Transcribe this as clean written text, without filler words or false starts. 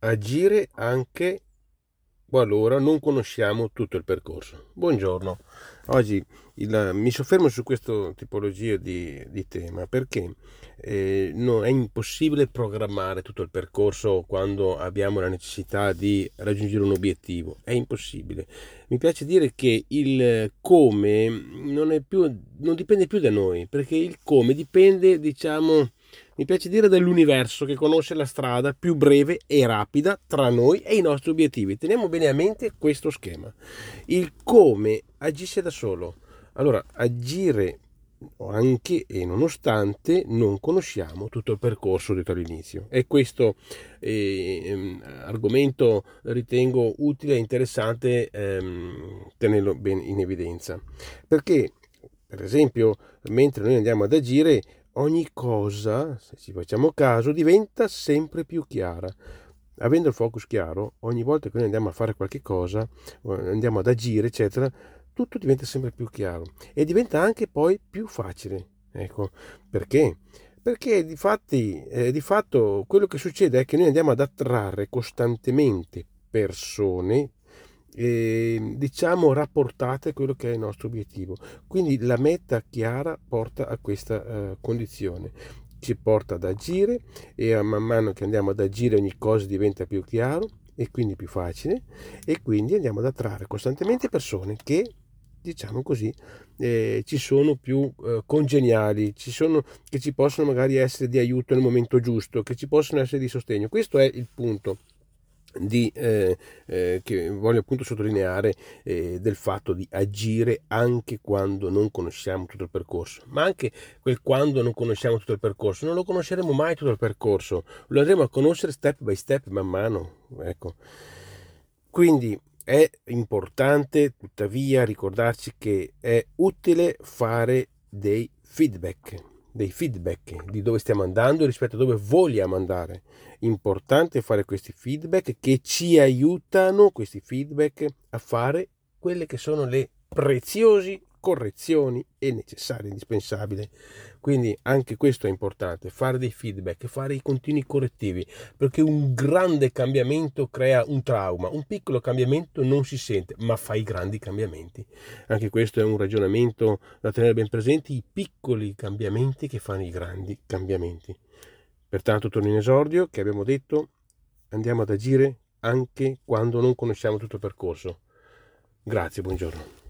agire anche qualora non conosciamo tutto il percorso. Buongiorno, oggi mi soffermo su questa tipologia di tema perché no, è impossibile programmare tutto il percorso quando abbiamo la necessità di raggiungere un obiettivo, è impossibile. Mi piace dire che il come non dipende più da noi, perché il come dipende, diciamo, mi piace dire dell'universo che conosce la strada più breve e rapida tra noi e i nostri obiettivi. Teniamo bene a mente questo schema. Il come agisce da solo. Allora, agire anche e nonostante non conosciamo tutto il percorso detto all'inizio. E questo argomento ritengo utile e interessante tenerlo ben in evidenza. Perché, per esempio, mentre noi andiamo ad agire, ogni cosa, se ci facciamo caso, diventa sempre più chiara. Avendo il focus chiaro, ogni volta che noi andiamo a fare qualche cosa, andiamo ad agire, eccetera, tutto diventa sempre più chiaro e diventa anche poi più facile. Ecco, perché? Perché di fatto quello che succede è che noi andiamo ad attrarre costantemente persone, diciamo, rapportate a quello che è il nostro obiettivo. Quindi la meta chiara porta a questa condizione, ci porta ad agire e man mano che andiamo ad agire ogni cosa diventa più chiaro e quindi più facile e quindi andiamo ad attrarre costantemente persone che, diciamo così, ci sono più congeniali, che ci possono magari essere di aiuto nel momento giusto, che ci possono essere di sostegno. Questo è il punto che voglio appunto sottolineare, del fatto di agire anche quando non conosciamo tutto il percorso, ma anche quel quando non conosciamo tutto il percorso, non lo conosceremo mai tutto il percorso, lo andremo a conoscere step by step man mano, ecco. Quindi è importante tuttavia ricordarci che è utile fare dei feedback di dove stiamo andando rispetto a dove vogliamo andare. Importante fare questi feedback che ci aiutano, questi feedback, a fare quelle che sono le preziosi correzioni e necessarie, indispensabili. Quindi anche questo è importante, fare dei feedback, fare i continui correttivi, perché un grande cambiamento crea un trauma, un piccolo cambiamento non si sente, ma fa i grandi cambiamenti. Anche questo è un ragionamento da tenere ben presente, i piccoli cambiamenti che fanno i grandi cambiamenti. Pertanto torno in esordio che abbiamo detto, andiamo ad agire anche quando non conosciamo tutto il percorso. Grazie, buongiorno.